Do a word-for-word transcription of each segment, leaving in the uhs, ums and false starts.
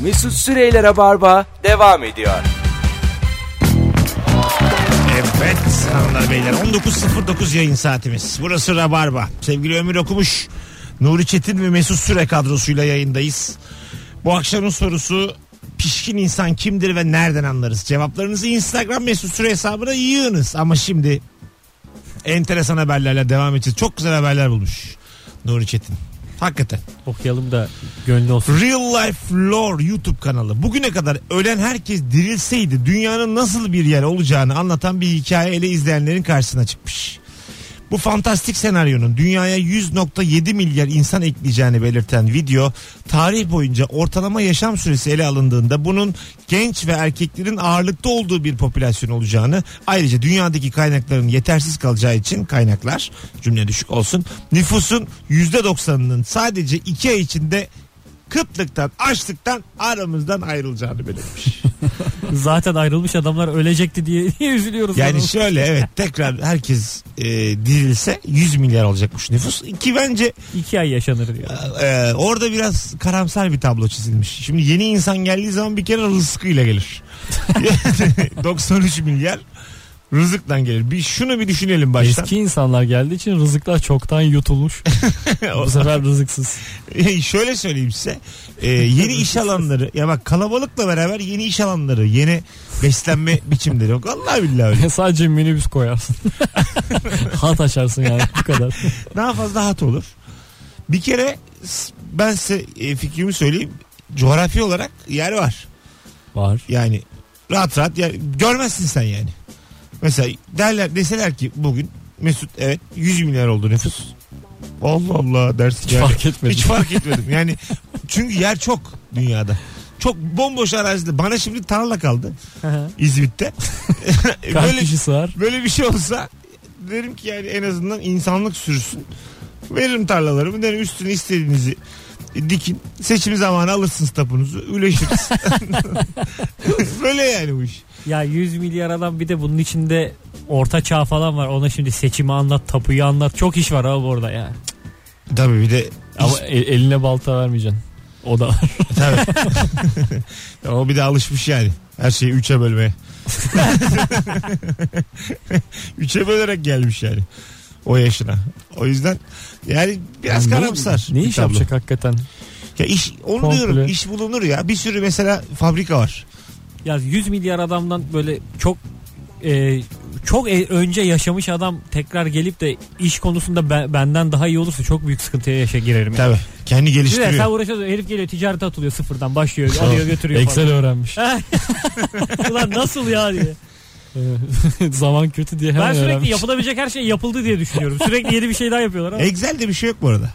Mesut Süreyler'e barba devam ediyor. Evet hanımlar beyler, on dokuz sıfır dokuz yayın saatimiz. Burası Rabarba. Sevgili Ömür Okumuş, Nuri Çetin ve Mesut Süre kadrosuyla yayındayız. Bu akşamın sorusu: pişkin insan kimdir ve nereden anlarız? Cevaplarınızı Instagram Mesut Süre hesabına yığınız. Ama şimdi enteresan haberlerle devam edeceğiz. Çok güzel haberler bulmuş Nuri Çetin. Hakikaten. Okuyalım da gönlü olsun. Real Life Lore YouTube kanalı bugüne kadar ölen herkes dirilseydi dünyanın nasıl bir yer olacağını anlatan bir hikayeyle izleyenlerin karşısına çıkmış. Bu fantastik senaryonun dünyaya yüz virgül yedi milyar insan ekleyeceğini belirten video, tarih boyunca ortalama yaşam süresi ele alındığında bunun genç ve erkeklerin ağırlıkta olduğu bir popülasyon olacağını, ayrıca dünyadaki kaynakların yetersiz kalacağı için kaynaklar, cümle düşük olsun, nüfusun yüzde doksanının sadece iki ay içinde kıtlıktan, açlıktan aramızdan ayrılacağını belirtmiş. Zaten ayrılmış adamlar ölecekti diye, diye üzülüyoruz. Yani adamı. şöyle, evet, tekrar herkes e, dirilse yüz milyar olacakmış nüfus. Ki bence iki ay yaşanır diyor. e, orada biraz karamsar bir tablo çizilmiş. Şimdi yeni insan geldiği zaman bir kere rızkıyla gelir. doksan üç milyar rızıktan gelir. Bir şunu bir düşünelim baştan. Eski insanlar geldiği için rızıklar çoktan yutulmuş. Bu sefer rızıksız. Şöyle söyleyeyim size. Ee, yeni iş alanları, ya bak, kalabalıkla beraber yeni iş alanları, yeni beslenme biçimleri yok. Vallahi billahi öyle. Sadece minibüs koyarsın. Hat açarsın yani, bu kadar. Daha fazla hat olur. Bir kere ben size fikrimi söyleyeyim. Coğrafi olarak yer var. Var. Yani rahat rahat yer, görmezsin sen yani. Mesela derler, deseler ki bugün Mesut, evet, yüz milyar oldu nüfus. Allah Allah dersin. Hiç yani. fark etmedim. Hiç fark etmedim. Yani çünkü yer çok dünyada. Çok bomboş arazide. Bana şimdi tarla kaldı. İzmit'te. Kaç böyle, kişi sığar? böyle bir şey olsa derim ki yani en azından insanlık sürsün. Veririm tarlalarımı. Derim üstüne istediğinizi dikin. Seçim zamanı alırsınız tapunuzu. Üleşiriz. Böyle yani bu iş. Ya yüz milyar adam, bir de bunun içinde orta çağ falan var. Ona şimdi seçimi anlat, tapuyu anlat. Çok iş var abi orada yani. Tabii bir de ama iş... eline balta vermeyeceksin. O da var. Tabii. O bir de alışmış yani. Her şeyi üçe bölmeye. Üçe bölerek gelmiş yani. O yaşına. O yüzden yani biraz yani karamsar. Ne, ne iş yapacak hakikaten? Ya iş, onu Komple. diyorum, iş bulunur ya. Bir sürü mesela fabrika var. Ya yüz milyar adamdan böyle çok e, çok e, önce yaşamış adam tekrar gelip de iş konusunda be, benden daha iyi olursa çok büyük sıkıntıya yaşa girerim. Tabii. Yani. Kendi geliştiriyor. Sen uğraşıyorsun, herif geliyor, ticarete atılıyor, sıfırdan başlıyor, alıyor götürüyor. Excel öğrenmiş. Ulan nasıl ya diye. Zaman kötü diye hemen ben sürekli öğrenmiş. Yapılabilecek her şey yapıldı diye düşünüyorum. Sürekli yeni bir şey daha yapıyorlar ama. Excel'de bir şey yok bu arada.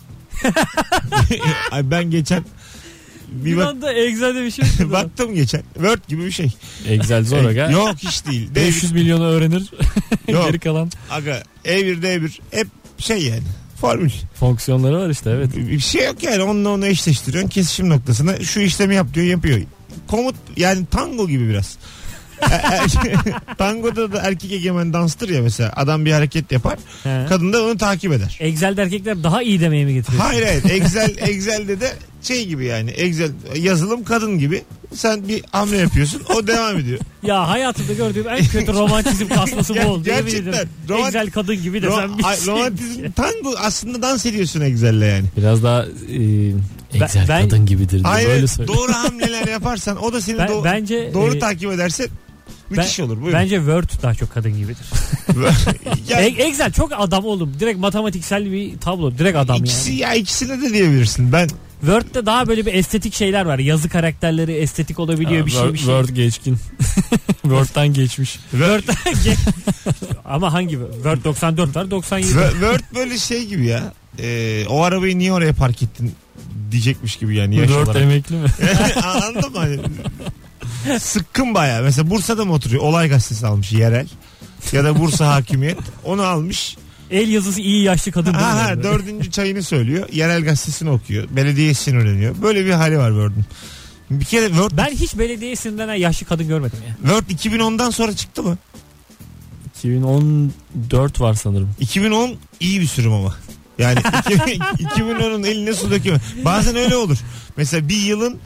Ay ben geçen bir anda Excel'de bir şey yok. Baktım geçen. Word gibi bir şey. Excel zor aga. Yok hiç değil. beş yüz milyonu öğrenir. Geri kalan. Aga E bir D bir hep şey yani. Formül. Fonksiyonları var işte, evet. Bir şey yok yani, onunla onu eşleştiriyorsun. Kesişim noktasına şu işlemi yap diyor, yapıyor. Komut yani tango gibi biraz. Tangoda da erkek egemen danstır ya mesela. Adam bir hareket yapar. He. Kadın da onu takip eder. Excel'de erkekler daha iyi demeye mi getiriyor? Hayır hayır. Excel, Excel'de de şey gibi yani. Excel yazılım kadın gibi. Sen bir hamle yapıyorsun, o devam ediyor. Ya hayatımda gördüğüm en kötü romantizm kasması bu oldu. Gerçekten. Romant- Excel kadın gibi desem ro- bir ay, şey. Romantizm tango aslında dans ediyorsun Excel'le yani. Biraz daha e, Excel ben, kadın gibidir. Hayır, böyle doğru hamleler yaparsan o da seni ben, do- bence, doğru e, takip ederse müthiş ben, olur. Buyurun. Bence Word daha çok kadın gibidir. yani, Excel çok adam oğlum. Direkt matematiksel bir tablo. Direkt adam ikisi, yani. Ya ikisine de diyebilirsin. Ben Word'de daha böyle bir estetik şeyler var. Yazı karakterleri estetik olabiliyor, ya, bir Word, şey bir şey. Word geçkin. Word'dan geçmiş. Word'dan geç. Ama hangi Word doksan dört var, doksan yedi. Word böyle şey gibi ya. Ee, o arabayı niye oraya park ettin diyecekmiş gibi yani. Word emekli mi? Anladın mı? Hani, sıkkın baya. Mesela Bursa'da mı oturuyor? Olay Gazetesi almış yerel. Ya da Bursa Hakimiyet. Onu almış. El yazısı iyi yaşlı kadın. Ha, ha, dördüncü çayını söylüyor. Yerel gazetesini okuyor. Belediyeye sinirleniyor. Böyle bir hali var Word'un. Bir kere Word... Ben hiç belediyeye sinirlenen yaşlı kadın görmedim ya. Word iki bin ondan sonra çıktı mı? iki bin on dört var sanırım. iki bin on iyi bir sürüm ama. Yani iki bin onun eline su döküyor. Bazen öyle olur. Mesela bir yılın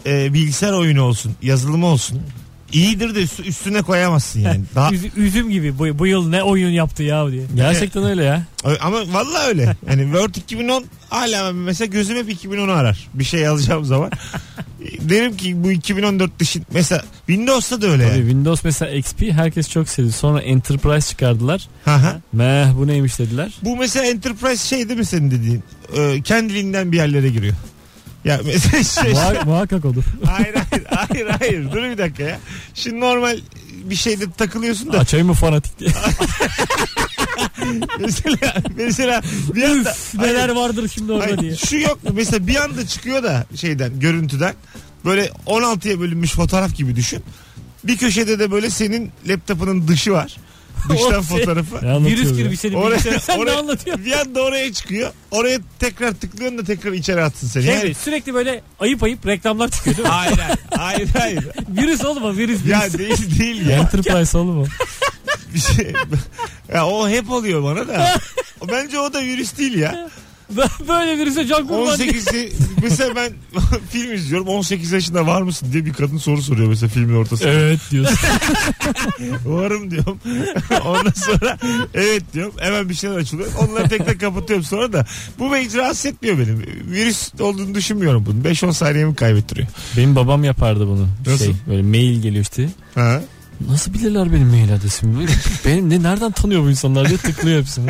e, bilgisayar oyunu olsun, yazılımı olsun. İyidir de üstüne koyamazsın yani. Daha... Üz- üzüm gibi bu, bu yıl ne oyun yaptı ya diye. Gerçekten öyle ya. Ama vallahi öyle. Yani Word iki bin on hala mesela gözüm hep iki bin onu arar. Bir şey yazacağım zaman. Derim ki bu iki bin on dört dışı mesela Windows'ta da öyle Tabii yani. Windows mesela X P herkes çok sevdi. Sonra Enterprise çıkardılar. Hı. Meh bu neymiş dediler. Bu mesela Enterprise şey değil mi senin dediğin? Ee, kendiliğinden bir yerlere giriyor. Ya mesela şey, Muha- muhakkak olur. hayır hayır hayır hayır dur bir dakika ya. Şimdi normal bir şeyde takılıyorsun da. Açayım mı fanatik diye. mesela mesela bir anda Neler vardır şimdi orada hayır, diye. şu yok mu? Mesela bir anda çıkıyor da şeyden görüntüden böyle on altıya bölünmüş fotoğraf gibi düşün. Bir köşede de böyle senin laptopunun dışı var. Dıştan O şey- fotoğrafı. Ne anlatıyor Virüs ya? girmiş senin Oraya- bilgisayarın. Sen oraya- ne anlatıyorsun? Bir anda oraya çıkıyor. Oraya tekrar tıklıyorsun da tekrar içeri atsın seni. Şey Yani- mi? Sürekli böyle ayıp ayıp reklamlar çıkıyor değil mi? hayır hayır. Hayır hayır. Virüs olma virüs virüs. Ya değil değil ya. Enterprise olur mu? Bir şey. Ya o hep oluyor bana da. O bence o da virüs değil ya. Böyle virüse can kurban on sekiz mesela ben film izliyorum. on sekiz yaşında var mısın diye bir kadın soru soruyor mesela filmin ortasında. Evet diyorsun. Varım diyorum. Ondan sonra evet diyorum. Hemen bir şeyler açılıyor. Onları tek tek kapatıyorum sonra da. Bu beni hiç rahatsız etmiyor benim. Virüs olduğunu düşünmüyorum bunun. beş on saniyemi kaybettiriyor. Benim babam yapardı bunu. Nasıl? Şey, böyle mail geliyor işte. Ha? Nasıl bilirler benim mail adresimi? Böyle, benim ne nereden tanıyor bu insanlar diye tıklıyor hepsini.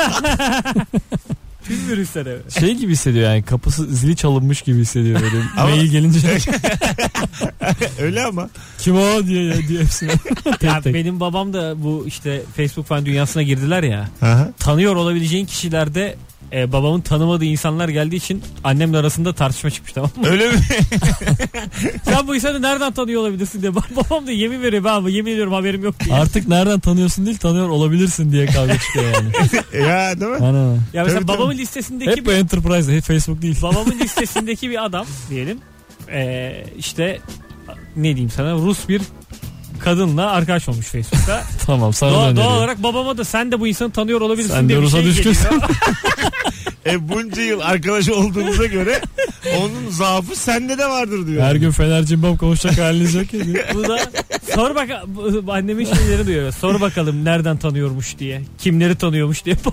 Tüm virüslere. Şey gibi hissediyor yani kapısı zili çalınmış gibi hissediyor böyle. Ama- Mail gelince Öyle ama. kim o diye diye hepsine. Ya tek tek. benim babam da bu işte Facebook falan dünyasına girdiler ya. Aha. Tanıyor olabileceğin kişilerde e, babamın tanımadığı insanlar geldiği için annemle arasında tartışma çıkmış, tamam mı? Öyle mi? Sen bu insanı nereden tanıyor olabilirsin diye. Babam da yemin veriyor, ben yemin ediyorum haberim yok diye. Artık nereden tanıyorsun değil tanıyor olabilirsin diye kavga çıkıyor yani. Ya değil mi? Ana. Ya mesela Tabii, babamın tabii. listesindeki Hep bu bir, Enterprise, hep Facebook değil. babamın listesindeki bir adam diyelim. E, işte ne diyeyim sana, Rus bir kadınla arkadaş olmuş Facebook'ta. Tamam sana Doğal, da doğal öneriyorum. olarak babama da sen de bu insanı tanıyor olabilirsin Sen de diye bir Rus'a şey düşkünsün. geliyor. E bunca yıl arkadaş olduğumuza göre onun zaafı sende de vardır diyor. Her gün Fener Cimbom konuşacak haliniz yok ya diyor. Bu da sor bak, bu- annemin şeyleri duyuyor. Sor bakalım nereden tanıyormuş diye. Kimleri tanıyormuş diye.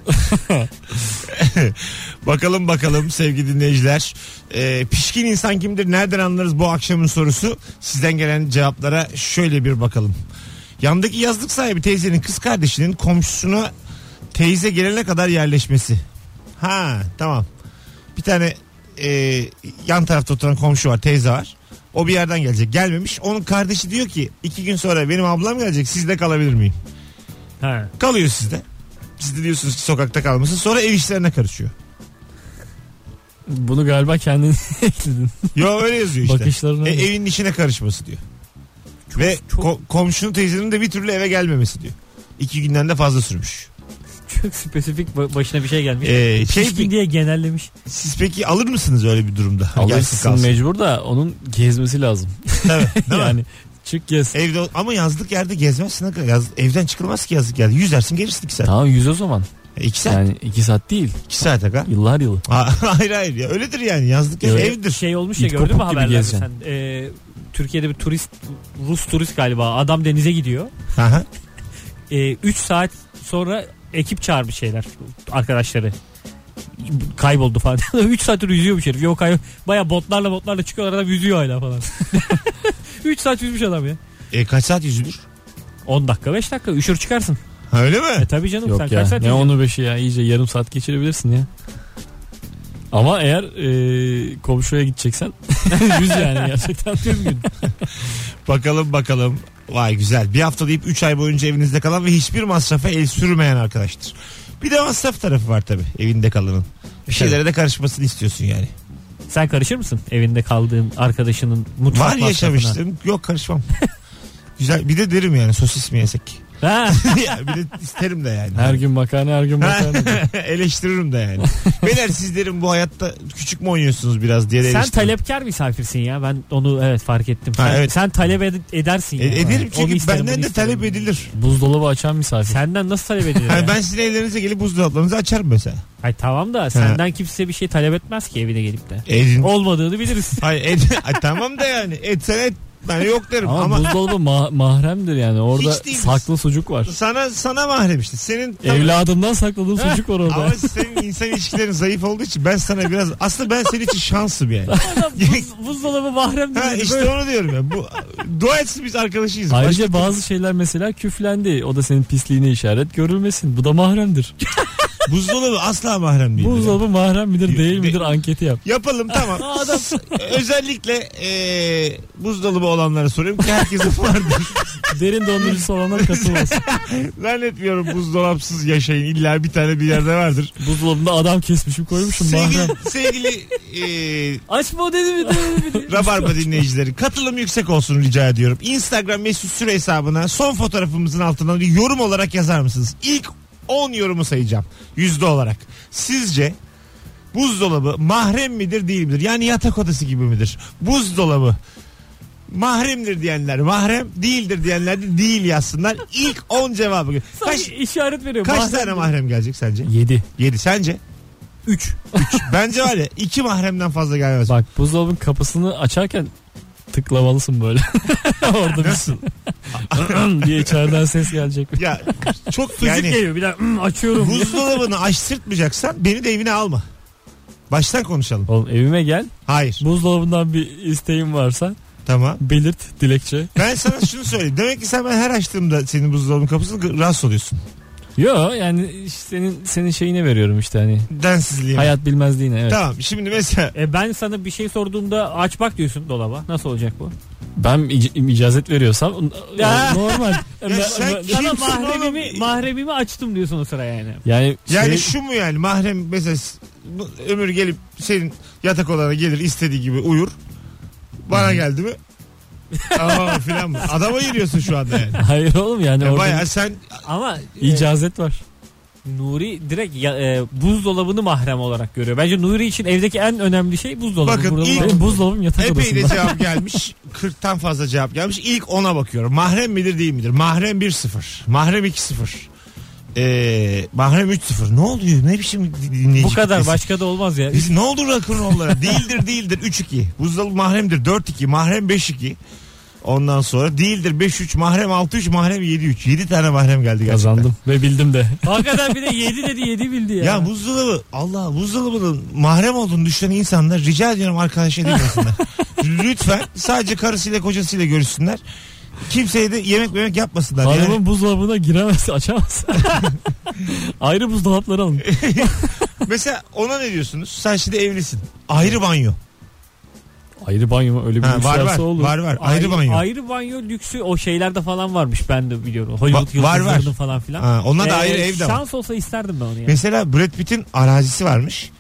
Bakalım bakalım sevgili dinleyiciler. Ee, pişkin insan kimdir? Nereden anlarız bu akşamın sorusu? Sizden gelen cevaplara şöyle bir bakalım. Yandaki yazlık sahibi teyzenin kız kardeşinin komşusuna teyze gelene kadar yerleşmesi. Ha tamam. Bir tane e, yan tarafta oturan komşu var, teyze var. O bir yerden gelecek, gelmemiş. Onun kardeşi diyor ki iki gün sonra benim ablam gelecek, sizde kalabilir miyim? Ha. Kalıyor sizde. Siz de diyorsunuz ki sokakta kalmasın. Sonra ev işlerine karışıyor. Bunu galiba kendin ekledin. Yo öyle yazıyor işte. Bakışlarına E, bak. evin içine karışması diyor. Ve çok- ko- komşunun teyzenin de bir türlü eve gelmemesi diyor. İki günden de fazla sürmüş. Çok spesifik, ba- başına bir şey gelmiş. Ee, şey Pişkin diye genellemiş. Siz peki alır mısınız öyle bir durumda? Gelsin Alırsın kalsın. mecbur da onun gezmesi lazım. Tabii, değil mi? Yani çık gez. Evde ama yazlık yerde gezmezsin. Yaz, evden çıkılmaz ki yazlık yerde. Yüzersin gelirsin iki saat. Tamam yüz o zaman. E, iki saat. Yani iki saat değil. iki saat aga. Yıllar yılı. Ha, hayır hayır ya öyledir yani yazlık yer Evet. evdir. Şey olmuş ya, İt gördün mü kopuk gibi haberlerde gezeceksin. sen? Ee, Türkiye'de bir turist, Rus turist galiba, adam denize gidiyor. Aha. üç saat sonra ekip çağırmış şeyler, arkadaşları. Kayboldu falan. üç saattir yüzüyormuş herif. Yok kay baya botlarla botlarla çıkıyorlar, adam yüzüyor hala falan. üç saat yüzmüş adam ya. E, kaç saat yüzülür? on dakika beş dakika üşür çıkarsın. Ha, öyle mi? E tabii canım, Yok sen ya kaç saat ne yüzüyorsun? onu beşi ya iyice yarım saat geçirebilirsin ya. Ama eğer e, komşuya gideceksen yüz yani gerçekten tüm gün. Bakalım bakalım. Vay güzel. Bir hafta deyip üç ay boyunca evinizde kalan ve hiçbir masrafa el sürmeyen arkadaştır. Bir de masraf tarafı var tabii evinde kalanın. Bir şeylere de karışmasını istiyorsun yani. Sen karışır mısın evinde kaldığın arkadaşının mutfak Var masrafına? yaşamıştım. Yok karışmam. Güzel. Bir de derim yani sosis mi yesek? Ha. Ya bir de isterim de yani. Her gün makarna her gün makarna. Eleştiririm de yani. Beyler sizlerin bu hayatta küçük mü oynuyorsunuz biraz diye de Sen eleştiririm. talepkar misafirsin ya. Ben onu evet fark ettim. Ha, Sen, evet. sen talep ed- edersin E, ya. ederim Onu çünkü isterim, benden bunu de isterim. talep edilir. Buzdolabı açan misafir. Senden nasıl talep edilir? Yani ya? ben sizin evlerinize gelip buzdolaplarınızı açarım mesela. Ay tamam da senden kimse bir şey talep etmez ki evine gelip de. Edin. Olmadığını biliriz. Hayır ed, Ay, tamam da yani etsen et. Ben yok derim Ama, ama, buzdolabı ma- mahremdir yani. Orada Hiç değil. saklı sucuk var. sana sana mahrem işte. Senin tam- Evladımdan sakladığım sucuk var orada. ama senin insan ilişkilerin zayıf olduğu için ben sana biraz aslında ben senin için şansım yani. Buz, buzdolabı mahremdir. Ha, dedi. işte Böyle- onu diyorum ya. Bu dua etsin biz arkadaşıyız. Ayrıca Başka- bazı şeyler mesela küflendi. O da senin pisliğine işaret. Görülmesin. Bu da mahremdir. buzdolabı asla mahrem değil. Buzdolabı mahrem midir değil De- midir anketi yap. Yapalım tamam. Özellikle e, buzdolabı olanlara soruyorum ki herkesin vardır. Derin dondurucusu olanlar katılmasın. Zannetmiyorum buzdolapsız yaşayın. İlla bir tane bir yerde vardır. Buzdolabında adam kesmişim koymuşum mahrem. Sevgili, sevgili e, Açma o dedi mi? Dedi mi? Rabarba dinleyicileri katılım yüksek olsun rica ediyorum. Instagram mesut süre hesabına son fotoğrafımızın altına bir yorum olarak yazar mısınız? İlk on yorumu sayacağım yüzde olarak. Sizce buzdolabı mahrem midir değil midir? Yani yatak odası gibi midir? Buzdolabı mahremdir diyenler mahrem, değildir diyenler de değil yazsınlar. İlk on cevabı. Kaç, Sanki işaret veriyor. kaç Mahrem tane dedi. mahrem gelecek sence? yedi. yedi sence? Üç. Bence var ya iki mahremden fazla gelmez. Bak buzdolabının kapısını açarken tıklamalısın böyle. Orada bir Nasıl? diye içeriden ses gelecek. Ya çok Sucuk yani geliyor bir daha "Hmm, açıyorum. diye. buzdolabını açtırtmayacaksan beni de evine alma. Baştan konuşalım. Oğlum evime gel. Hayır. Buzdolabından bir isteğin varsa Tamam. belirt dilekçe. Ben sana şunu söyleyeyim. Demek ki sen ben her açtığımda senin buzdolabının kapısını rahatsız oluyorsun. Yo yani işte senin senin şeyine veriyorum işte hani. Densizliğim. Hayat bilmezliğine evet. Tamam şimdi mesela E ben sana bir şey sorduğumda aç bak diyorsun dolaba. Nasıl olacak bu? Ben ic- icazet veriyorsam Ya. normal. Ya sen Ben- kim- Sana Kimsin mahremimi, oğlum? mahremimi açtım diyorsun o sıra yani. yani yani şey, şu mu yani mahrem mesela bu ömür gelip senin yatak odana gelir istediği gibi uyur. Bana geldi mi? Aa filan mı? Adama giriyorsun şu anda yani. hayır oğlum yani Ya orada bayağı sen Ama e, icazet var. Nuri direkt ya, e, buzdolabını mahrem olarak görüyor. Bence Nuri için evdeki en önemli şey buzdolabı. Bakın, Burada ilk- buzdolabı- Benim buzdolabım yatak epey de odasında. cevap gelmiş. kırktan fazla cevap gelmiş. İlk ona bakıyorum. Mahrem midir değil midir? Mahrem bir sıfır. Mahrem iki sıfır. Ee, mahrem üç sıfır. Ne oluyor? Ne biçim dinleyici bu kadar kitlesi? başka da olmaz ya. Biz ne olur rock'n'roll'lara? Değildir değildir üç iki. Buzdolabı mahremdir dört iki. Mahrem beş iki. Ondan sonra değildir beş üç. Mahrem altı üç. Mahrem yedi üç. yedi tane mahrem geldi gerçekten. Kazandım ve bildim de. Hakikaten bir de yedi dedi yedi bildi ya. Ya buzdolabı Allah buzdolabının mahrem olduğunu düşünen insanlar rica ediyorum arkadaş edilmesinler. Lütfen sadece karısıyla kocasıyla görüşsünler. Kimseye de yemek yemek yapmasınlar. Hanımın Yani, buzdolabına giremez açamaz. Ayrı buzdolapları alın. mesela ona ne diyorsunuz? Sen şimdi evlisin. Ayrı banyo. Ayrı banyo mu? Öyle bir Ha, var var, lükslerse olur. var var. Ayrı, banyo. Ayrı banyo lüksü o şeylerde falan varmış ben de biliyorum. Hollywood Va- var, var. yıldızlarının falan filan. Ha, onlar da Ee, ayrı evde var. Şans olsa isterdim ben onu ya. Mesela Brad Pitt'in arazisi varmış.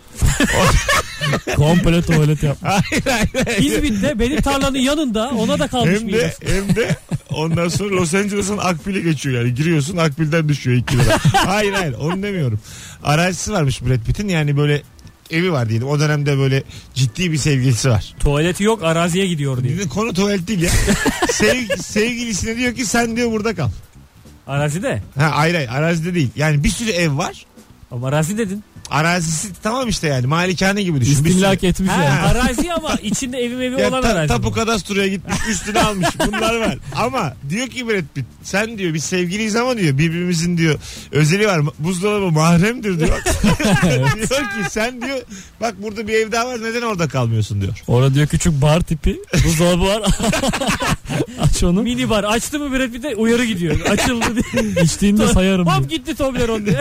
Komple tuvalet yap. Hayır hayır. hayır. İzmit'te benim tarlanın yanında ona da kalmış Hem bir de yer. hem de ondan sonra Los Angeles'ın akbili geçiyor yani. Giriyorsun akbilden düşüyor iki lira. Hayır hayır onu demiyorum. Arazisi varmış Brad Pitt'in yani böyle evi var diyelim. O dönemde böyle ciddi bir sevgilisi var. Tuvaleti yok araziye gidiyor diye. Konu tuvalet değil ya. Sev, sevgilisine diyor ki sen diyor burada kal. Arazide. Ha ayrı ayrı arazide değil. Yani bir sürü ev var. Ama arazi dedin. Arazisi tamam işte yani malikane gibi düşün. Bir İstimlak sürü- etmiş Ha, yani. arazi ama içinde evim evi Ya olan ta, arazi. tapu kadastroya gitmiş üstüne almış bunlar var ama diyor ki Brad Pitt sen diyor biz sevgiliyiz ama diyor birbirimizin diyor özeli var buzdolabı mahremdir diyor. Diyor ki sen diyor bak burada bir ev daha var neden orada kalmıyorsun diyor. Orada diyor küçük bar tipi buzdolabı var. Aç onu. Mini bar açtı mı Brad Pitt'e uyarı gidiyor. Açıldı diye. İçtiğinde sayarım diyor. Hop gitti Toblerone diye.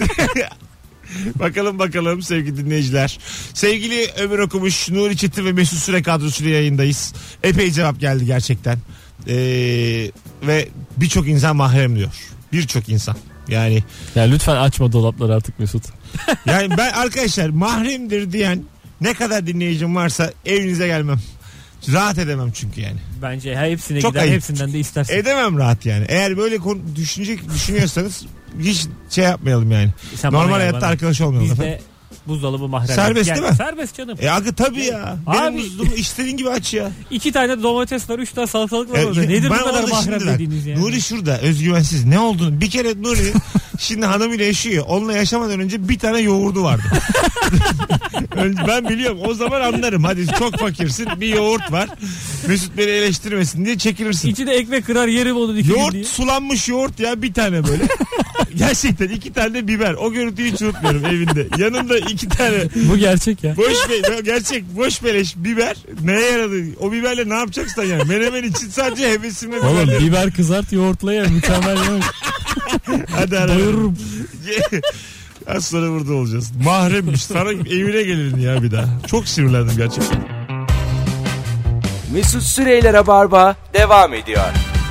Bakalım bakalım sevgili dinleyiciler. Sevgili Ömür Okumuş, Nuri Çetin ve Mesut Süre kadrosuyla yayındayız. Epey cevap geldi gerçekten. Ee, ve birçok insan mahrem diyor. Birçok insan. Yani Ya lütfen açma dolapları artık Mesut. yani ben arkadaşlar mahremdir diyen ne kadar dinleyicim varsa evinize gelmem. Rahat edemem çünkü yani. Bence her hepsine Çok gider, ayıp. hepsinden de istersin. Edemem rahat yani. Eğer böyle konu düşünecek düşünüyorsanız hiç şey yapmayalım yani. Sen bana Normal gel, hayatta bana. arkadaş olmayalım. Bizde buzdolabı mahrem. Serbest Yani değil mi? Serbest canım. E akı tabii ya. Benim Abi- buzdolabı istediğin gibi aç ya. İki tane domates var, üç tane salatalık var E, orada. Nedir bu ben kadar orada mahrem şimdi bak, dediğiniz yani? Nuri şurada özgüvensiz. Ne olduğunu bir kere Nuri şimdi hanımıyla yaşıyor. Onunla yaşamadan önce bir tane yoğurdu vardı. Önce ben biliyorum. O zaman anlarım. Hadi çok fakirsin. Bir yoğurt var. Mesut beni eleştirmesin diye çekilirsin. İçine ekmek kırar yerim onu iki gün Yoğurt diye. sulanmış yoğurt ya bir tane böyle. Gerçekten iki tane de biber. O görüntüyü hiç unutmuyorum evinde. Yanında iki tane Bu gerçek ya. boş be, gerçek boş beleş biber. Neye yaradı? O biberle ne yapacaksın yani? Menemen için sadece hevesimle Oğlum biberleri. biber kızart yoğurtla ye. Mükemmel yemek. Hadi ara. Doyururum. Az sonra burada olacağız. Mahremmiş. Sana evine gelirim ya bir daha. Çok sinirlendim gerçekten. Mesut Süreyler'e barba devam ediyor.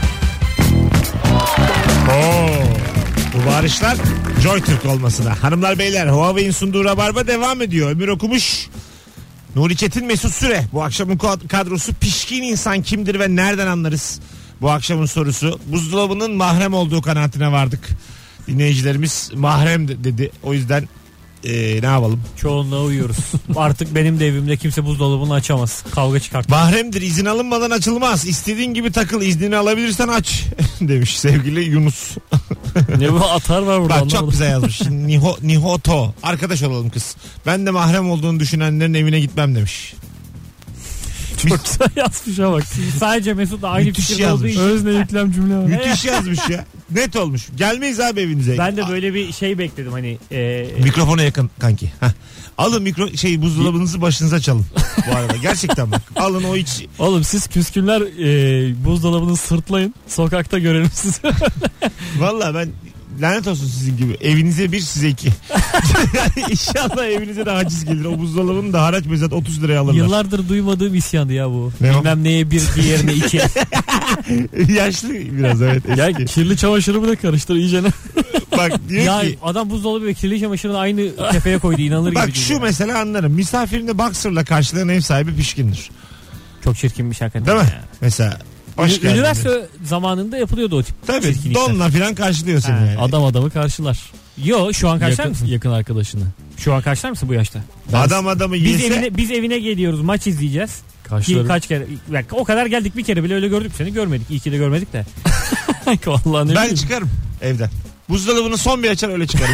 Oo. Bu bağırışlar Joy Türk olmasına. Hanımlar beyler Huawei'in sunduğu Rabarba devam ediyor. Ömür okumuş. Nuri Çetin, Mesut Süre. Bu akşamın kadrosu pişkin insan kimdir ve nereden anlarız? Bu akşamın sorusu. Buzdolabının mahrem olduğu kanaatine vardık. Dinleyicilerimiz mahrem dedi. O yüzden ee, ne yapalım? Çoğunluğa uyuyoruz. Artık benim de evimde kimse buzdolabını açamaz. Kavga çıkart. Mahremdir, izin alınmadan açılmaz. İstediğin gibi takıl, iznini alabilirsen aç demiş sevgili Yunus. Ne bu atar var burada. Bak çok anlamadım. güzel yazmış. Niho, Nihoto. Arkadaş olalım kız. Ben de mahrem olduğunu düşünenlerin evine gitmem demiş. Çok güzel yazmış ha bak. Sadece Mesut'la aynı Müthiş fikirde olduğu yazmış. için. Özne yüklem cümle var. Müthiş yazmış ya. Net olmuş. Gelmeyiz abi evinize. Ben de böyle bir şey bekledim hani. E, Mikrofona yakın kanki. Heh. Alın mikro şey buzdolabınızı başınıza çalın. Bu arada gerçekten bak. Alın o iç. Oğlum siz küskünler e, buzdolabını sırtlayın. Sokakta görelim sizi. Valla ben lanet olsun sizin gibi. Evinize bir size iki. Yani inşallah evinize de haciz gelir. O buzdolabının da haraç mezat otuz liraya alırlar. Yıllardır duymadığım isyandı ya bu. Ne o? Bilmem neye bir diğerine iki. Yaşlı biraz evet eski. Ya kirli çamaşırı bile karıştır iyice ne? Bak diyor Ya ki adam buzdolabı ve kirli çamaşırını aynı kefeye koydu, inanılır gibi bak değil şu ya. mesela anlarım. Misafirini boxer'la karşılayan ev sahibi pişkindir. Çok çirkinmiş hakikaten. Değil mi? Ya. Mesela hoş Ü- geldin. Üniversite zamanında yapılıyordu o tip Tabii çirkinlikler. donla falan karşılıyor seni Ha, yani. Adam adamı karşılar. Yo şu an karşılar Yakın, mısın? yakın arkadaşını. Şu an karşılar mısın bu yaşta? Adam adamı Biz yese evine biz evine geliyoruz, maç izleyeceğiz. Ki Karşılarım. kaç kere bak, o kadar geldik, bir kere bile öyle gördük seni, görmedik. İyi ki de görmedik de. Vallahi ne ben bileyim. çıkarım evden. Buzdolabını son bir açar öyle çıkarım.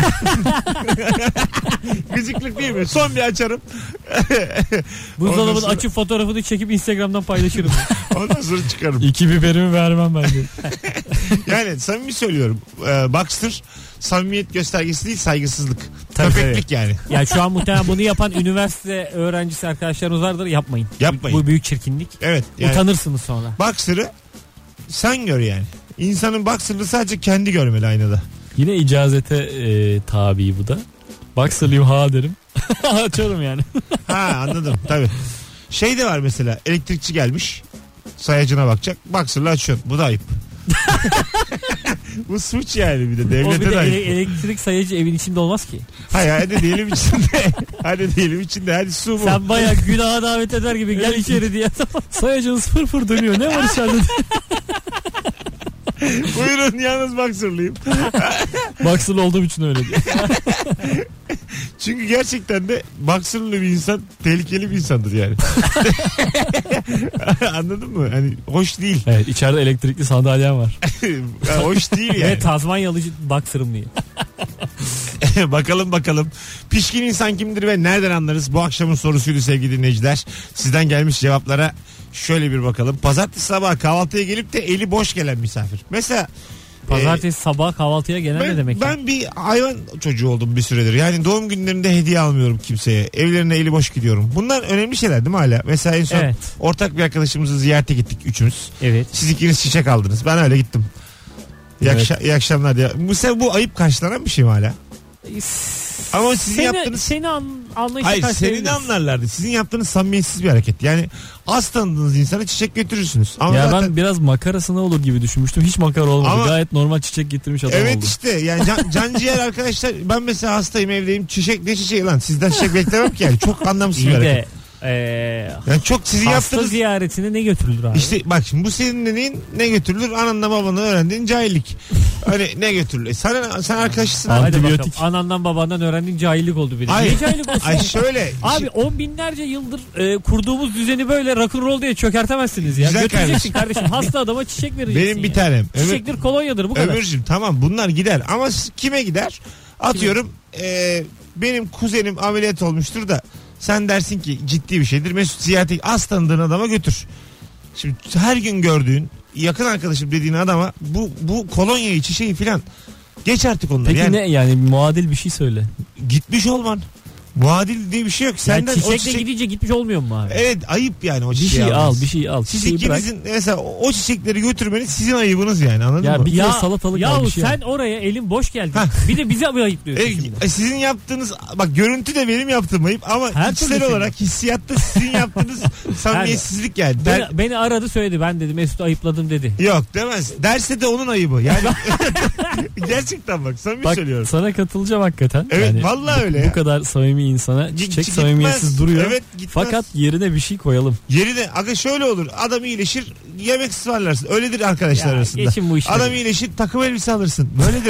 Gıcıklık değil mi? Son bir açarım. Buzdolabını Ondan sonra- açıp fotoğrafını çekip Instagram'dan paylaşırım. Ondan sonra çıkarım. İki biberimi vermem bence. Yani samimi söylüyorum. Ee, Boxster samimiyet göstergesi değil, saygısızlık. Tabii, Köpeklik yani. Ya şu an muhtemelen bunu yapan üniversite öğrencisi arkadaşlarımız vardır, yapmayın. Yapmayın. Bu büyük çirkinlik. Evet. Yani Utanırsınız sonra. Boxer'ı sen gör yani. İnsanın boxer'ını sadece kendi görmeli aynada. Yine icazete e, tabi bu da. Boxer'lıyım ha derim. Açarım yani. Ha anladım tabii. Şey de var mesela, elektrikçi gelmiş. Sayacına bakacak. Boxer'la açıyorsun. Bu da ayıp. Bu suç yani bir de O bir devlete de de ele- ayıp. elektrik sayıcı evin içinde olmaz ki. Hayır hadi diyelim içinde. Hadi diyelim içinde. Hadi su mu? Sen baya günaha davet eder gibi gel içeri diye. Sayacınız fır fır dönüyor. Ne var içeride? Buyurun yalnız boxer'lıyım. Boxer'lı olduğum için öyle diyor. Çünkü gerçekten de boxer'lı bir insan tehlikeli bir insandır yani. Anladın mı? Hani hoş değil. Evet, içeride elektrikli sandalyem var. Ya hoş değil yani. Evet, Tazmanyalı boxer'ım diye. Bakalım bakalım. Pişkin insan kimdir ve nereden anlarız? Bu akşamın sorusuydu sevgili dinleyiciler. Sizden gelmiş cevaplara şöyle bir bakalım. Pazartesi sabah kahvaltıya gelip de eli boş gelen misafir. Mesela Pazartesi sabah kahvaltıya gelen ben, ne demek? ya? ben bir hayvan çocuğu oldum bir süredir. Yani doğum günlerinde hediye almıyorum kimseye. Evlerine eli boş gidiyorum. Bunlar önemli şeyler değil mi hala? Mesela en son Evet. ortak bir arkadaşımızı ziyarete gittik üçümüz. Evet. Siz ikiniz çiçek aldınız. Ben öyle gittim. İyi, Evet. akşam, iyi akşamlar diye. Mesela bu ayıp karşılanan bir şey mi hala? Ama sizin seni, yaptığınız... Seni an, anlayışla Hayır seni karşılayabiliriz. de anlarlardı. Sizin yaptığınız samimiyetsiz bir hareket. Yani az tanıdığınız insana çiçek götürürsünüz. Ama Ya zaten... ben biraz makarasına olur gibi düşünmüştüm. Hiç makara olmadı. Ama- Gayet normal çiçek getirmiş adam Evet oldu. işte yani can, canciğer arkadaşlar, ben mesela hastayım evdeyim, çiçek ne çiçeği lan, sizden çiçek beklemem ki yani, çok anlamsız bir İyi hareket. de Ee, Yani çok sizin hasta yaptığınız... ziyaretine ne götürülür abi? İşte bak şimdi bu senin dediğin ne götürülür? Ananla babanla öğrendiğin cahillik. Hani ne götürülür? E Sana, sen arkadaşısın. Hadi Antibiyotik. bakalım. Anandan babandan öğrendiğin cahillik oldu benim. Ay, Niye cahillik olsun? ay şöyle. Abi on binlerce yıldır e, kurduğumuz düzeni böyle rock'n'roll diye çökertemezsiniz ya. Güzel Götüreceksin kardeşim. Hasta adama çiçek vereceksin. Benim bir ya. tanem. Ömür, Çiçektir, kolonyadır bu kadar. Ömürcüğüm tamam bunlar gider. Ama s- kime gider? Atıyorum e, benim kuzenim ameliyat olmuştur da sen dersin ki ciddi bir şeydir. Mesut ziyarete az tanıdığın adama götür. Şimdi her gün gördüğün yakın arkadaşım dediğin adama bu bu kolonyayı çiçeği filan geç artık onları. Peki Yani ne yani muadil bir şey söyle. gitmiş olman. Muadil diye bir şey yok. Yani Senden o çiçekle çiçek... gidince gitmiş olmuyor mu abi? Evet ayıp yani o Bir çiçeği şey al, almanız. bir şey al. Siz Çiçeği bırak. ikinizin mesela o çiçekleri götürmeniz sizin ayıbınız yani anladın Ya mı? bir kilo salatalık al, yahu bir şey sen al. oraya elin boş geldin. Hah. Bir de bizi mi ayıplıyorsun E, şimdi? e, sizin yaptığınız bak görüntü de benim yaptığım ayıp ama Her içsel türlü senin. olarak hissiyatta sizin yaptığınız samimiyetsizlik yani. Der- Beni, beni aradı söyledi, ben dedi Mesut'u ayıpladım dedi. Yok demez. Derse de onun ayıbı. Yani gerçekten bak samimi Bak söylüyorum. sana katılacağım hakikaten. Evet Yani vallahi öyle bu ya. kadar samimi insana Gi- çiçek gitmez. samimiyetsiz duruyor. Evet, gitmez. Fakat yerine bir şey koyalım. Yerine aga şöyle olur. Adam iyileşir yemek ısmarlarsın. Öyledir arkadaşlar Ya, arasında. geçin bu işleri. Adam iyileşir takım elbise alırsın. Böyledir.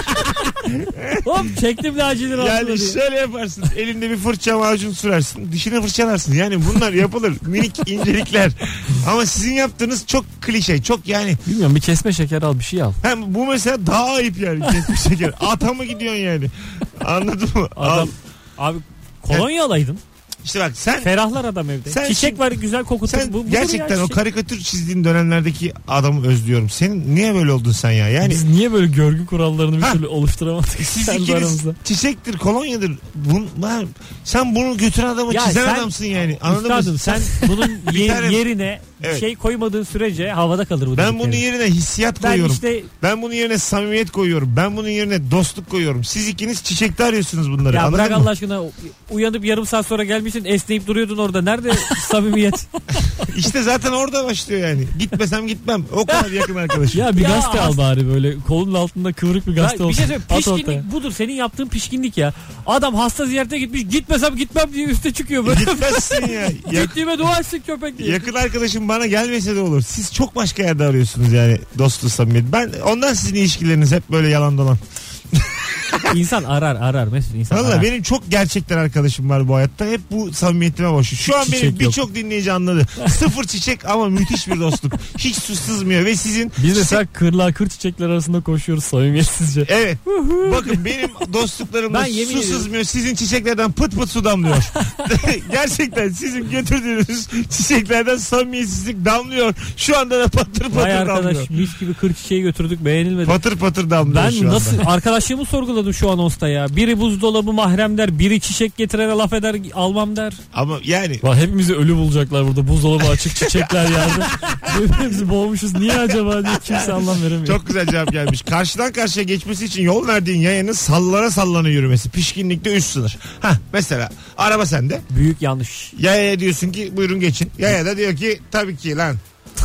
Hop çektim lacileri altına Yani diye. şöyle yaparsın. Elinde bir fırça macun sürersin. Dişine fırçalarsın. Yani bunlar yapılır. Minik incelikler. Ama sizin yaptığınız çok klişe. Çok yani. Bilmiyorum bir kesme şeker al bir şey al. Hem bu mesela daha ayıp yani. Kesmiş şeker. Ata mı gidiyorsun yani? Anladın mı? Al. Adam, abi kolonya alaydın. İşte bak sen Ferahlar adam evde. Sen Çiçek şimdi- var güzel kokutur. sen Bu, budur gerçekten ya, o çiçek. karikatür çizdiğin dönemlerdeki adamı özlüyorum. Senin niye böyle oldun sen ya? Yani Biz niye böyle görgü kurallarını bir Ha. türlü oluşturamadık siz kendi ikiniz aramızda? çiçektir, kolonyadır. Bun, lan, sen bunu götüren adamı Ya çizen sen- adamsın yani. Anladın mı? Üstadım sen bunun ye- tane- yerine Evet. şey koymadığın sürece havada kalır bu Ben dediklerin. bunun yerine hissiyat Ben koyuyorum. işte Ben bunun yerine samimiyet koyuyorum. Ben bunun yerine dostluk koyuyorum. Siz ikiniz çiçekte arıyorsunuz bunları. ya Anladın bırak mı? Allah aşkına uyanıp yarım saat sonra gelmişsin esneyip duruyordun orada. Nerede samimiyet? İşte zaten orada başlıyor yani. Gitmesem gitmem. O kadar yakın arkadaşım. Ya bir Ya gazete al as- bari böyle kolun altında kıvrık bir Ya gazete bir olsun. şey söyleyeyim. At ortaya. Pişkinlik budur. Senin yaptığın pişkinlik ya. Adam hasta ziyarete gitmiş. Gitmesem gitmem diye üste çıkıyor böyle. Gitmezsin ya. Ya- Gittiğime dua etsin köpek diye. yakın arkadaşım bana gelmese de olur. Siz çok başka yerde arıyorsunuz yani dostluğu samimiyet. Ben ondan sizin ilişkileriniz hep böyle yalan dolan. İnsan arar arar Mesut insan Valla arar. benim çok gerçekten arkadaşım var bu hayatta. Hep bu samimiyetime boş. Şu an Çiçek benim yok. birçok dinleyici anladı. Sıfır çiçek ama müthiş bir dostluk. Hiç su sızmıyor ve sizin Biz çiçek- mesela kırla kır çiçekler arasında koşuyoruz samimiyetsizce. Evet. Bakın benim dostluklarımda Ben yemin su ediyorum. sızmıyor. Sizin çiçeklerden pıt pıt su damlıyor. Gerçekten sizin götürdüğünüz çiçeklerden samimiyetsizlik damlıyor. Şu anda da patır patır Vay arkadaş damlıyor. mis gibi kır çiçeği götürdük beğenilmedi. Patır patır damlıyor Ben şu nasıl anda. arkadaşlığımı sorguladım şu anonsta ya. Biri buzdolabı mahrem der, biri çiçek getirene laf eder almam der. Ama yani Bak hepimizi ölü bulacaklar burada. Buzdolabı açık çiçekler yerde. Hepimizi boğmuşuz. Niye acaba diye kimse anlam veremiyor. çok güzel cevap gelmiş. Karşıdan karşıya geçmesi için yol verdiğin yayanın sallara sallana yürümesi. Pişkinlikte üst sınır. Hah mesela araba sende. Büyük yanlış. Yayaya diyorsun ki buyurun geçin. Yaya da diyor ki tabii ki lan.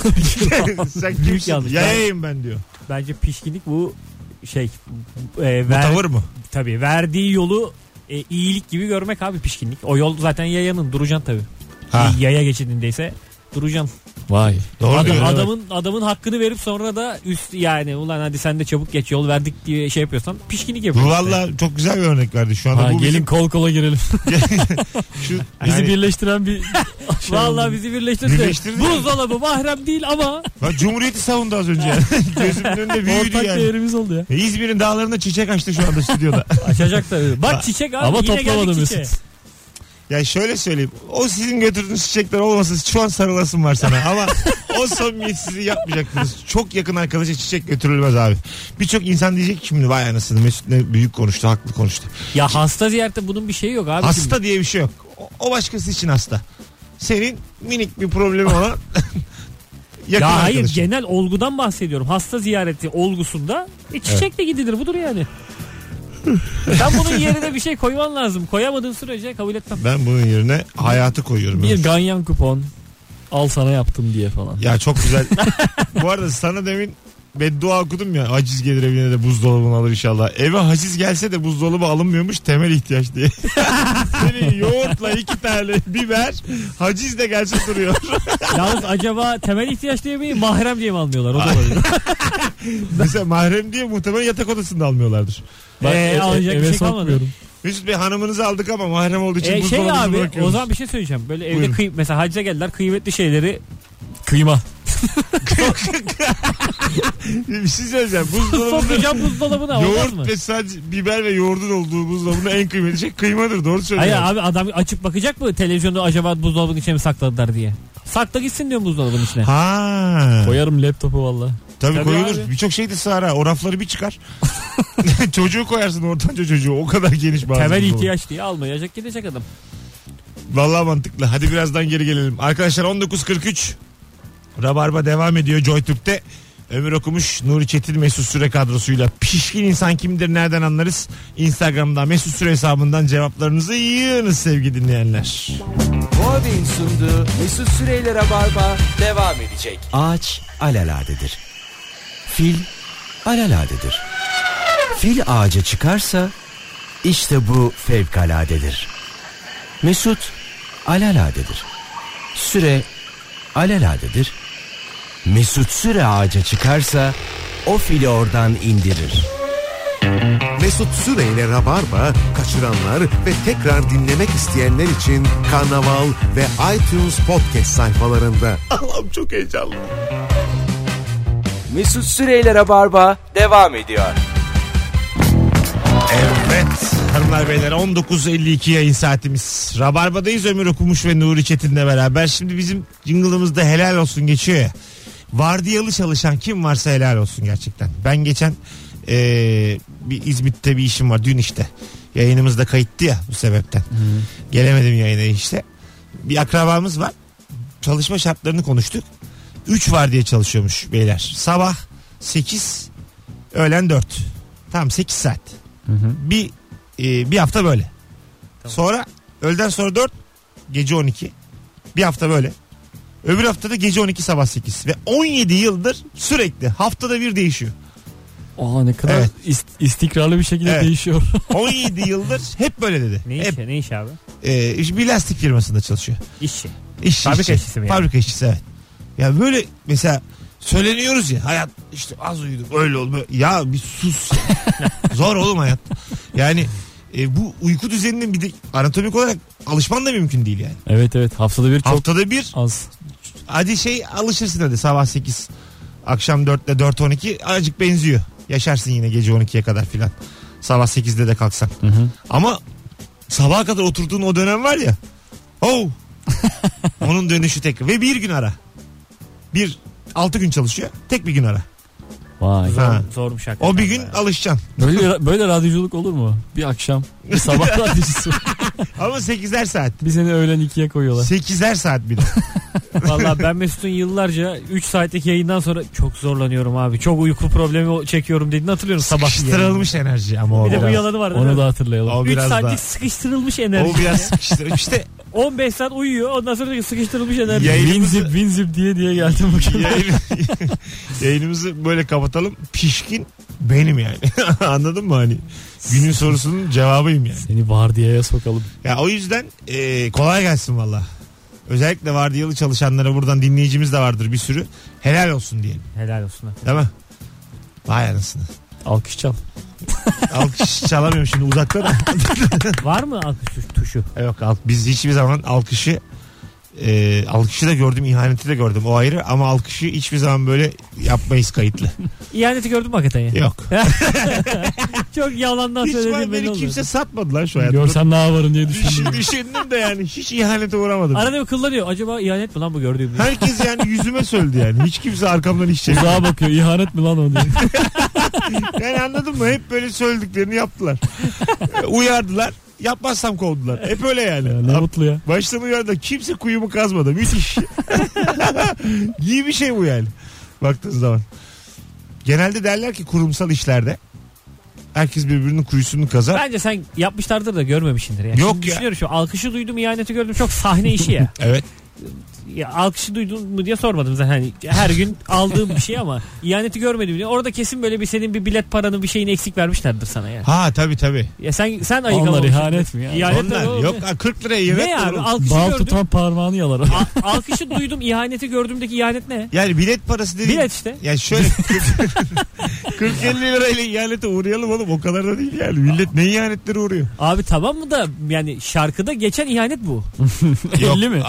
Sen kimsin? yanlış. Yayayım ben diyor. Bence pişkinlik bu şey e, Bu ver, tavır mı? tabii verdiği yolu e, iyilik gibi görmek abi pişkinlik. O yol zaten yayanın duracaksın tabii. Ha. Yaya geçidindeyse duracaksın. Vay. Doğru Adam- diyor. adamın adamın hakkını verip sonra da üst yani ulan hadi sen de çabuk geç yol verdik diye şey yapıyorsan pişkinlik Bu yapıyorsun. valla çok güzel bir örnek verdi şu anda. Ha, bu gelin bizim- kol kola girelim. şu, Bizi yani- birleştiren bir şey Vallahi oldu. bizi birleştirdi. Birleştirdi. Buzdolabı mahrem değil ama Bak Cumhuriyeti savundu az önce. Yani. Gözümün önünde büyüdü Ortak yani. değerimiz oldu ya. E, İzmir'in dağlarında çiçek açtı şu anda stüdyoda. açacak tabii. Bak çiçek abi Ama yine toplamadı geldik Mesut. çiçeğe. Ya şöyle söyleyeyim. O sizin götürdüğünüz çiçekler olmasa şu an sarılasım var sana. Ama o samimiyetsizliği yapmayacaktınız. Çok yakın arkadaşa çiçek götürülmez abi. Birçok insan diyecek ki şimdi vay anasını Mesut ne büyük konuştu, haklı konuştu. Ya hasta ziyarette bunun bir şeyi yok abi. Hasta diye bir şey yok. O, o başkası için hasta. Senin minik bir problemi olan yakın Ya hayır arkadaşın. genel olgudan bahsediyorum. Hasta ziyareti olgusunda e, çiçekle gidilir budur yani. Sen bunun yerine bir şey koyman lazım. Koyamadığın sürece kabul etmem. Ben bunun yerine hayatı koyuyorum. Bir ganyan kupon al sana yaptım diye falan. Ya çok güzel. Bu arada sana demin beddua okudum ya. Haciz gelir evine de buzdolabını alır inşallah. Eve haciz gelse de buzdolabı alınmıyormuş, temel ihtiyaç diye. Senin yoğurtla iki tane biber haciz de gelse duruyor. Yalnız acaba temel ihtiyaç diye mi mahrem diye mi almıyorlar? O da olabilir. Mesela mahrem diye muhtemelen yatak odasında almıyorlardır. Ben ee, alacak bir şey kalmadı. Mesut Bey hanımınızı aldık ama mahrem olduğu için ee, şey abi bırakıyoruz. O zaman bir şey söyleyeceğim. Böyle evde Buyurun. kıy- mesela hacize geldiler, kıymetli şeyleri Kıyma. Bir şey söyleyeceğim. Buzdolabında sokacağım buzdolabına, olmaz yoğurt mı? ve sadece biber ve yoğurdun olduğu buzdolabında en kıymetli şey kıymadır. Doğru söylüyorsun. Hayır abi, adam açıp bakacak mı televizyonda acaba buzdolabının içine mi sakladılar diye. Sakla gitsin diyorum buzdolabının içine. Ha. Koyarım laptopu valla. Tabii, Tabii koyulur. abi. Birçok şey de sığar ha. O rafları bir çıkar. Çocuğu koyarsın, ortanca çocuğu. O kadar geniş bazı. Temel buzdolabı. ihtiyaç diye almayacak, gidecek adam. Vallahi mantıklı. Hadi birazdan geri gelelim. Arkadaşlar on dokuz kırk üç Rabarba devam ediyor JoyTürk'te. Ömür Okumuş, Nuri Çetin, Mesut Süre kadrosuyla. Pişkin insan kimdir, nereden anlarız? Instagram'da Mesut Süre hesabından cevaplarınızı yığınız sevgili dinleyenler. Huawei'in sunduğu Mesut Süreyle Rabarba devam edecek. Ağaç alaladedir. Fil alaladedir. Fil ağaca çıkarsa işte bu fevkaladedir. Mesut alaladedir. Süre alaladedir. Mesut Süre ağaca çıkarsa o fili oradan indirir. Mesut Süreyle Rabarba kaçıranlar ve tekrar dinlemek isteyenler için Karnaval ve iTunes Podcast sayfalarında. Allah'ım çok heyecanlı. Mesut Süreyle Rabarba devam ediyor. Evet hanımlar beyler, on dokuz elli iki yayın saatimiz. Rabarba'dayız, Ömür Okumuş ve Nuri Çetin'le beraber. Şimdi bizim jingle'ımızda helal olsun geçiyor ya. Vardiyalı çalışan kim varsa helal olsun gerçekten. Ben geçen ee, bir İzmit'te bir işim var dün işte. Yayınımız da kayıttı ya bu sebepten. Hı. Gelemedim yayına işte. Bir akrabamız var. Çalışma şartlarını konuştuk. üç vardiya çalışıyormuş beyler. Sabah sekiz, öğlen dört. Tamam, sekiz saat. Hı hı. Bir e, bir hafta böyle. Tamam. Sonra öğleden sonra dört, gece on iki. Bir hafta böyle. Öbür haftada gece on iki, sabah sekiz. Ve on yedi yıldır sürekli haftada bir değişiyor. Aa, ne kadar evet. ist- istikrarlı bir şekilde evet. değişiyor. on yedi yıldır hep böyle dedi. Ne iş, hep, ne iş abi? E, bir lastik firmasında çalışıyor. İşçi. İşçi. Fabrika işçi. işçisi mi yani? Fabrika işçisi, evet. Ya böyle mesela söyleniyoruz ya, hayat işte az uyudum öyle oldu. Böyle. Ya bir sus. Zor oğlum hayat. Yani e, bu uyku düzeninin bir de anatomik olarak alışman da mümkün değil yani. Evet evet, haftada bir çok Haftada bir az. Hadi şey alışırsın, hadi sabah sekiz akşam dört ile dört on iki azıcık benziyor. Yaşarsın yine gece on ikiye kadar filan. Sabah sekizde de kalksan. Hı hı. Ama sabaha kadar oturduğun o dönem var ya. Oh. Onun dönüşü tek. Ve bir gün ara. Bir altı gün çalışıyor. Tek bir gün ara. Vay. Zor, zormuş hakikaten. O bir gün yani alışacaksın. Böyle böyle radyoculuk olur mu? Bir akşam, bir sabah radyocusu. Ama sekizer saat. Bir seni öğlen ikiye koyuyorlar. sekizer saat bir de. Valla ben Mesut'un yıllarca üç saatlik yayından sonra çok zorlanıyorum abi. Çok uyku problemi çekiyorum dediğini hatırlıyorum sabah. Sıkıştırılmış enerji ama o bir biraz. de bu yalanı var. Onu da hatırlayalım. üç saatlik sıkıştırılmış enerji. O biraz sıkıştırılmış. İşte on beş saat uyuyor, ondan sonra diyor sıkıştırılmış enerji. Yayınımızı... Winzip winzip diye diye geldim bugün. Yayın... Yayınımızı böyle kapatalım. Pişkin benim yani. Anladın mı hani? Günün sorusunun cevabıyım yani. Seni vardiyaya sokalım. Ya o yüzden e, kolay gelsin valla. Özellikle vardiyalı çalışanlara, buradan dinleyicimiz de vardır bir sürü. Helal olsun diyelim. Helal olsun. Değil mi? Vay anasını. Alkış çal. Alkış çalamıyorum şimdi uzakta da. Var mı alkış tuşu? Yok, alk- biz hiçbir zaman alkışı e, alkışı da gördüm, ihaneti de gördüm, o ayrı, ama alkışı hiçbir zaman böyle yapmayız kayıtlı. İhaneti gördün mü hakikaten ya? Yok. Çok yalandan Hiç söylediğim var, belli beni oldu. kimse satmadı lan şu hayatımda. Görsem ne yaparım diye düşündüm. Düşün, düşündüm de yani hiç ihanete uğramadım. Arada bir kullanıyor. Acaba ihanet mi lan bu gördüğüm diye. Herkes yani yüzüme söyledi yani. Hiç kimse arkamdan hiç çekmedi. Uzağa bakıyor, ihanet mi lan o diye. Yani anladın mı? Hep böyle söylediklerini yaptılar. Uyardılar. Yapmazsam kovdular. Hep öyle yani. Ya, ne mutlu ya. Baştan uyardı. Kimse kuyumu kazmadı. Müthiş. İyi bir şey bu yani. Baktığın zaman. Genelde derler ki kurumsal işlerde herkes birbirinin kuyusunu kazar. Bence sen yapmışlardır da görmemişsindir. Ya. Yok Şimdi ya. düşünüyorum şu alkışı duydum, ihaneti gördüm. Çok sahne işi ya. Evet. Ya, alkışı duydun mu diye sormadım zaten. Hani her gün aldığım bir şey ama ihaneti görmedim diye. Orada kesin böyle bir senin bir bilet paranı bir şeyini eksik vermişlerdir sana yani. Ha tabii tabii. Ya sen sen ayık Onlar almışsın. ihanet mi ya? İhanet Onlar tabii yok oğlum. kırk liraya ihanet Ne abi olur. alkışı Bal gördüm. tutan parmağını yalar o. A- alkışı duydum, ihaneti gördüğümdeki ihanet ne? Yani bilet parası dediğin. Bilet işte. Ya şöyle kırk elli lirayla ihanete uğrayalım oğlum, o kadar da değil yani. Millet ne ihanetleri uğruyor. Abi tamam mı da yani şarkıda geçen ihanet bu. elli mi?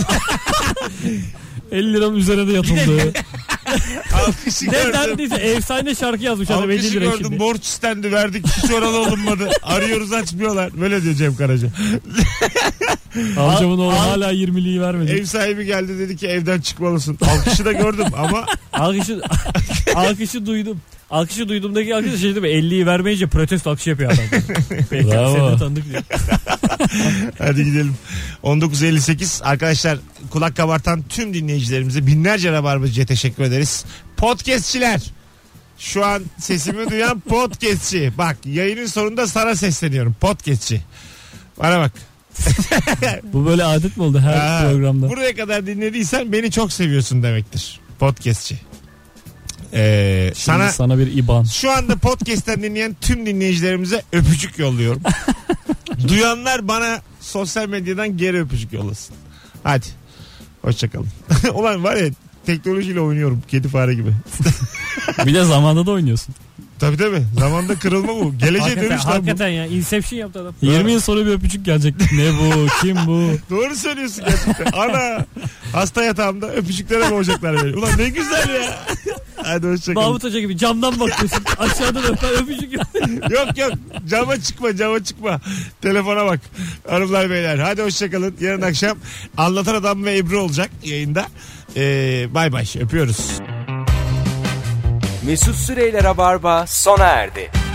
elli liranın üzerine de yatıldı. Alkışı Ne gördüm. neredeyse efsane şarkı yazmış adam elli Alkışı lira gördüm, şimdi. borç istendi, verdik, hiç oralı olunmadı. Arıyoruz, açmıyorlar. Böyle diyor Cem Karaca. Amcamın oğlu al- hala yirmiliği vermedi. Ev sahibi geldi, dedi ki evden çıkmalısın. Alkışı da gördüm ama Alkışı, alkışı duydum. Alkışı duyduğumdaki alkış şey değil mi? elliyi vermeyince protesto alkışı yapıyor adam. Peki Bravo. seni de tanıdık diyor. hadi gidelim. on dokuz elli sekiz arkadaşlar, kulak kabartan tüm dinleyicilerimize binlerce rabarbacıya teşekkür ederiz. Podcastçiler, şu an sesimi duyan podcastçi. Bak, yayının sonunda sana sesleniyorum, podcastçi. Bana bak. Bu böyle adet mi oldu her Ha, programda? Buraya kadar dinlediysen beni çok seviyorsun demektir. Podcastçi. Ee, Şimdi sana sana bir iban. şu anda podcast'ten dinleyen tüm dinleyicilerimize öpücük yolluyorum. Duyanlar bana sosyal medyadan geri öpücük yollasın. Hadi. Hoşçakalın. Ulan var ya, teknolojiyle oynuyorum kedi fare gibi. Bir de zamanda da oynuyorsun. Tabii tabii. Zamanda kırılma bu. Geleceğe Hakikaten, dönüş lan bu. hakikaten ya. Inception yaptı adam. yirmi yıl sonra bir öpücük gelecek. Ne bu? Kim bu? Doğru söylüyorsun gerçekten. Ana. Hasta yatağımda öpücüklere boğacaklar beni. Ulan ne güzel ya. Hadi hoşçakalın. Mahmut Hoca gibi camdan bakıyorsun. Aşağıdan öper öpücük yok. Yok yok, cama çıkma, cama çıkma. Telefona bak. Hanımlar beyler, hadi hoşçakalın. Yarın akşam Anlatan Adam ve Ebru olacak yayında. Ee, bay bay, öpüyoruz. Mesut Süreyler'e barba sona erdi.